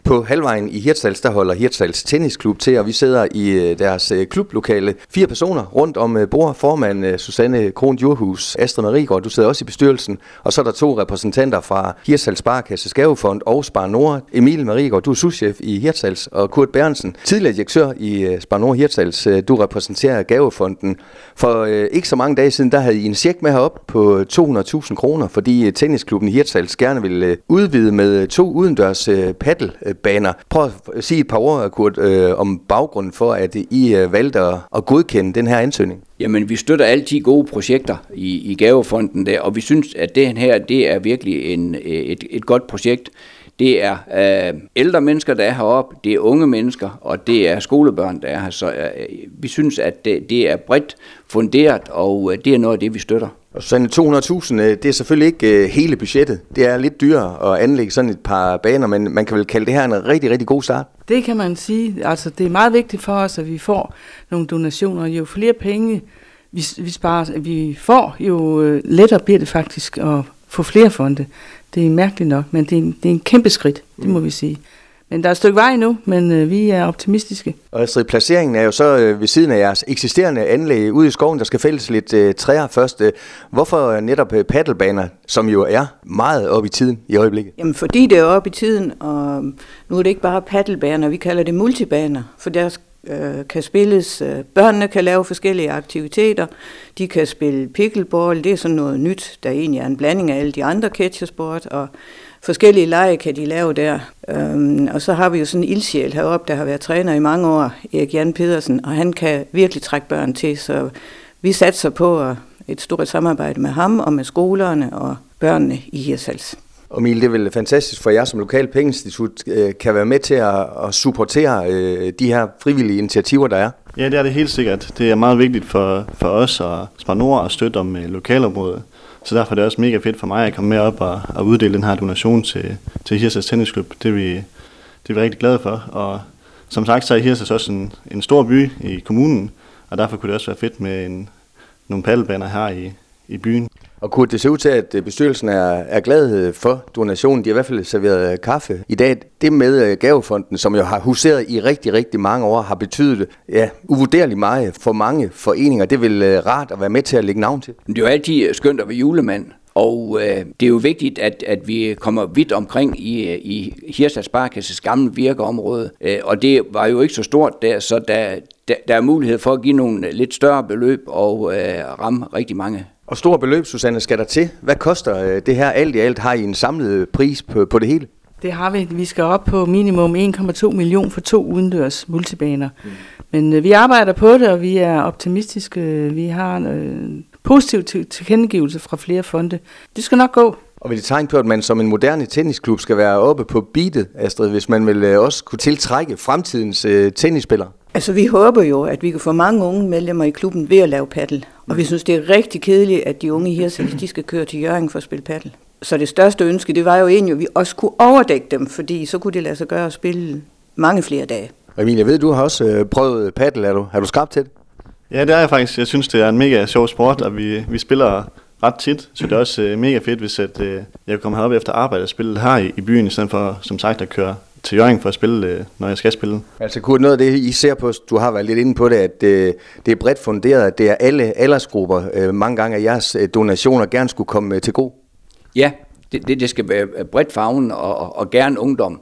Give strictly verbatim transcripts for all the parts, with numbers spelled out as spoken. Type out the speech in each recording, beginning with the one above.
På Halvvejen i Hirtshals, der holder Hirtshals Tennisklub til, og vi sidder i deres klublokale. Fire personer rundt om bord. Formand Susanne Krohn Djurhus, Astrid Marigård, du sidder også i bestyrelsen. Og så er der to repræsentanter fra Hirtshals Sparekasse Gavefond og Spar Nord. Emil Marigård, du er souschef i Hirtshals, og Kurt Bærensen, tidligere direktør i Spar Nord Hirtshals. Du repræsenterer Gavefonden. For ikke så mange dage siden, der havde I en check med herop på to hundrede tusind kroner, fordi tennisklubben i Hirtshals gerne vil udvide med to udendørs paddelbaner. Prøv at sige et par ord, Kurt, øh, om baggrunden for, at I øh, valgte at, at godkende den her ansøgning. Jamen, vi støtter altid gode projekter i, i Gavefonden der, og vi synes, at det her, det er virkelig en, et, et godt projekt. Det er øh, ældre mennesker, der er heroppe, det er unge mennesker, og det er skolebørn, der er her. Så øh, vi synes, at det, det er bredt funderet, og øh, det er noget af det, vi støtter. Og sådan to hundrede tusind, det er selvfølgelig ikke uh, hele budgettet. Det er lidt dyrere at anlægge sådan et par baner, men man kan vel kalde det her en rigtig, rigtig god start. Det kan man sige. Altså, det er meget vigtigt for os, at vi får nogle donationer. Jo flere penge vi, vi sparer, vi får, jo uh, lettere bliver det faktisk at få flere fonde. Det er mærkeligt nok, men det er en, det er en kæmpe skridt, det må vi sige. Men der er et stykke vej nu, men øh, vi er optimistiske. Og Astrid, placeringen er jo så øh, ved siden af jeres eksisterende anlæg ude i skoven, der skal fældes lidt øh, træer først. Hvorfor netop øh, paddelbaner, som jo er meget op i tiden i øjeblikket? Jamen fordi det er op i tiden, og nu er det ikke bare paddelbaner, vi kalder det multibaner, for der øh, kan spilles, øh, børnene kan lave forskellige aktiviteter, de kan spille pickleball, det er sådan noget nyt, der egentlig er en blanding af alle de andre catchersport, og forskellige lege kan de lave der. Øhm, og så har vi jo sådan en ildsjæl heroppe, der har været træner i mange år, Erik Jan Pedersen, og han kan virkelig trække børn til, så vi satser på et stort samarbejde med ham og med skolerne og børnene i Hirtshals. Og Emil, det er vel fantastisk for jer som lokal pengeinstitut kan være med til at, at supportere øh, de her frivillige initiativer, der er. Ja, det er det helt sikkert. Det er meget vigtigt for, for os og Spar Nord at støtte om lokalområdet. Så derfor er det også mega fedt for mig at komme med op og, og uddele den her donation til, til Hirtshals Tennisklub. Det er, vi, det er vi rigtig glade for. Og som sagt, så er Hirtshals også en, en stor by i kommunen, og derfor kunne det også være fedt med en, nogle paddelbaner her i, i byen. Og Kurt, det ser ud til, at bestyrelsen er, er glad for donationen. De har i hvert fald serveret kaffe i dag. Det med Gavefonden, som jo har huseret i rigtig, rigtig mange år, har betydet ja, uvurderligt meget for mange foreninger. Det er vel rart at være med til at lægge navn til. Det er jo altid skønt at være julemand. Og øh, det er jo vigtigt, at, at vi kommer vidt omkring i, i Hirtshals Sparekasses gamle virkeområde. Øh, og det var jo ikke så stort der, så der, der, der er mulighed for at give nogle lidt større beløb og øh, ramme rigtig mange. Og store beløb, Susanne, skal der til. Hvad koster det her alt i alt? Har I en samlet pris på, på det hele? Det har vi. Vi skal op på minimum en komma to millioner for to udendørs multibaner. Mm. Men øh, vi arbejder på det, og vi er optimistiske. Vi har en øh, positiv tilkendegivelse fra flere fonde. Det skal nok gå. Og vil det tegne på, at man som en moderne tennisklub skal være oppe på beatet, Astrid, hvis man vil øh, også kunne tiltrække fremtidens øh, tennisspillere? Altså vi håber jo, at vi kan få mange unge medlemmer i klubben ved at lave paddel. Og vi synes, det er rigtig kedeligt, at de unge i Hirtshals, de skal køre til Hjørring for at spille paddel. Så det største ønske, det var jo egentlig, at vi også kunne overdække dem, fordi så kunne det lade sig gøre at spille mange flere dage. Og Emil, jeg ved, du har også øh, prøvet paddel. Er du, er du skarp til det? Ja, det er jeg faktisk. Jeg synes, det er en mega sjov sport, og vi, vi spiller ret tit. Så det er også øh, mega fedt, hvis at, øh, jeg kommer herop efter arbejde og spille her i, i byen, i stedet for, som sagt, at køre til Hjørring for at spille, når jeg skal spille. Altså Kurt, noget af det, I ser på, du har været lidt inde på det, at det, det er bredt funderet, at det er alle aldersgrupper. Mange gange, at jeres donationer gerne skulle komme til god. Ja, det, det, det skal være bredt favn og, og, og gerne ungdom.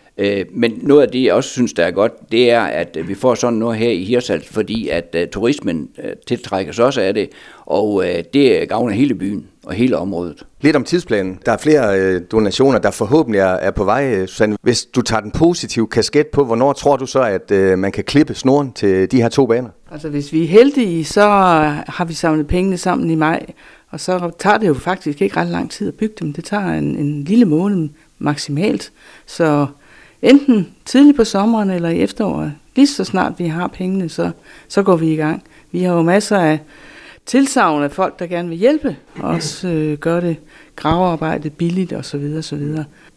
Men noget af det, jeg også synes, der er godt, det er, at vi får sådan noget her i Hirtshals, fordi at uh, turismen uh, tiltrækker sig også af det, og uh, det gavner hele byen og hele området. Lidt om tidsplanen. Der er flere uh, donationer, der forhåbentlig er, er på vej, Susanne. Hvis du tager den positive kasket på, hvornår tror du så, at uh, man kan klippe snoren til de her to baner? Altså hvis vi er heldige, så har vi samlet pengene sammen i maj, og så tager det jo faktisk ikke ret lang tid at bygge dem. Det tager en, en lille måned maksimalt, så enten tidligt på sommeren eller i efteråret, lige så snart vi har pengene, så, så går vi i gang. Vi har jo masser af tilsagn af folk, der gerne vil hjælpe, og også øh, gøre det gravearbejde billigt osv. osv.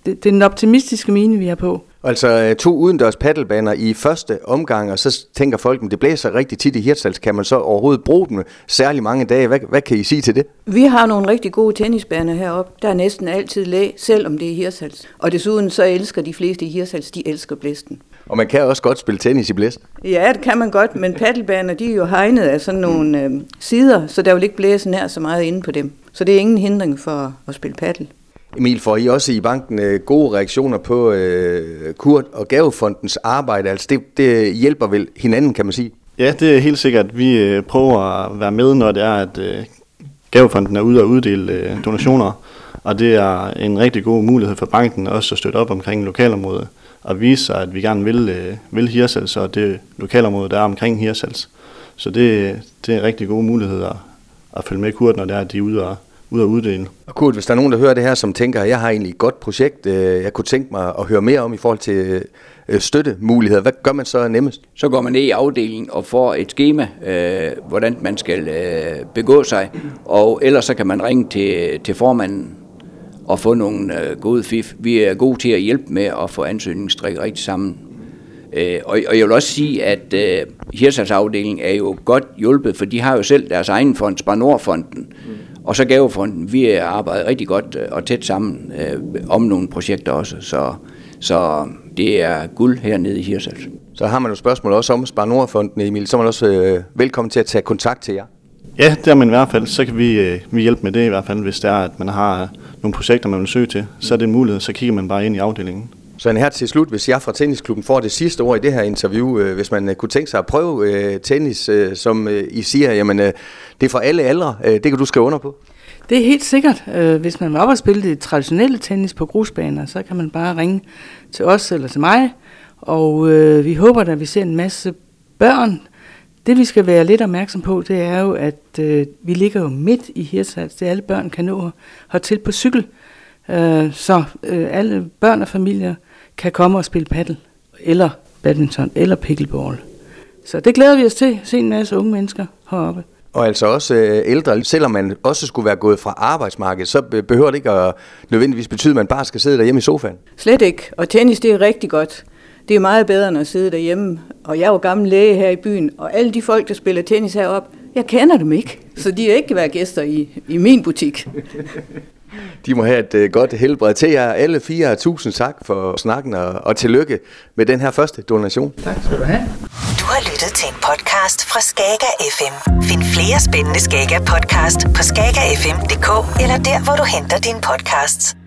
det, det er den optimistiske mine, vi er på. Altså to udendørs paddelbaner i første omgang, og så tænker folk, at det blæser rigtig tit i Hirtshals. Kan man så overhovedet bruge dem særlig mange dage? Hvad, hvad kan I sige til det? Vi har nogle rigtig gode tennisbaner heroppe. Der er næsten altid læ, selvom det er Hirtshals. Og desuden så elsker de fleste i Hirtshals, de elsker blæsten. Og man kan også godt spille tennis i blæst. Ja, det kan man godt, men paddelbaner, de er jo hegnet af sådan nogle øh, sider, så der vil ikke blæse nær så meget inde på dem. Så det er ingen hindring for at spille paddel. Emil, får I også i banken øh, gode reaktioner på øh, Kurt og Gavefondens arbejde? Altså det, det hjælper vel hinanden, kan man sige? Ja, det er helt sikkert. Vi øh, prøver at være med, når det er, at øh, Gavefonden er ude og uddele øh, donationer. Og det er en rigtig god mulighed for banken også at støtte op omkring lokalområdet og vise sig, at vi gerne vil, øh, vil Hirtshals og det lokalområde, der er omkring Hirtshals. Så det, det er rigtig gode muligheder at følge med Kurt, når det er, at de er ude og ud at uddele. Og Kurt, hvis der er nogen, der hører det her, som tænker, at jeg har egentlig et godt projekt, jeg kunne tænke mig at høre mere om i forhold til støttemuligheder, hvad gør man så nemmest? Så går man ned i afdelingen og får et skema, øh, hvordan man skal øh, begå sig, og ellers så kan man ringe til, til formanden og få nogle øh, gode fif. Vi er gode til at hjælpe med at få ansøgningen strikket rigtig sammen. Øh, og, og jeg vil også sige, at øh, Hirtshals afdelingen er jo godt hjulpet, for de har jo selv deres egen fond, Spar Nord-fonden, mm. og så Gavefonden. Vi arbejder rigtig godt og tæt sammen øh, om nogle projekter også, så, så det er guld hernede i Hirtshals. Så har man jo spørgsmål også om Spar Nord-fonden, Emil, så er man også øh, velkommen til at tage kontakt til jer. Ja, det er man i hvert fald. Så kan vi, øh, vi hjælpe med det i hvert fald, hvis det er, at man har nogle projekter, man vil søge til. Så er det en mulighed, så kigger man bare ind i afdelingen. Så her til slut, hvis jeg fra Tennisklubben får det sidste ord i det her interview, øh, hvis man øh, kunne tænke sig at prøve øh, tennis, øh, som øh, I siger, jamen øh, det er for alle aldre, øh, det kan du skrive under på? Det er helt sikkert. Øh, hvis man vil op og spille det traditionelle tennis på grusbaner, så kan man bare ringe til os eller til mig, og øh, vi håber, at vi ser en masse børn. Det vi skal være lidt opmærksom på, det er jo, at øh, vi ligger jo midt i Hirtshals, det alle børn kan nå hertil på cykel, øh, så øh, alle børn og familier kan komme og spille paddel, eller badminton, eller pickleball. Så det glæder vi os til, at se en masse unge mennesker heroppe. Og altså også øh, ældre, selvom man også skulle være gået fra arbejdsmarkedet, så behøver det ikke at nødvendigvis betyde, at man bare skal sidde derhjemme i sofaen. Slet ikke, og tennis det er rigtig godt. Det er meget bedre end at sidde derhjemme, og jeg er jo gammel læge her i byen, og alle de folk, der spiller tennis heroppe, jeg kender dem ikke, så de er ikke været gæster i, i min butik. De må have et uh, godt helbred til jer alle fire. Tusind tak for snakken, og, og tillykke med den her første donation. Tak skal du have. Du har lyttet til en podcast fra Skaga F M. Find flere spændende Skaga podcast på skaga f m punktum d k eller der, hvor du henter dine podcasts.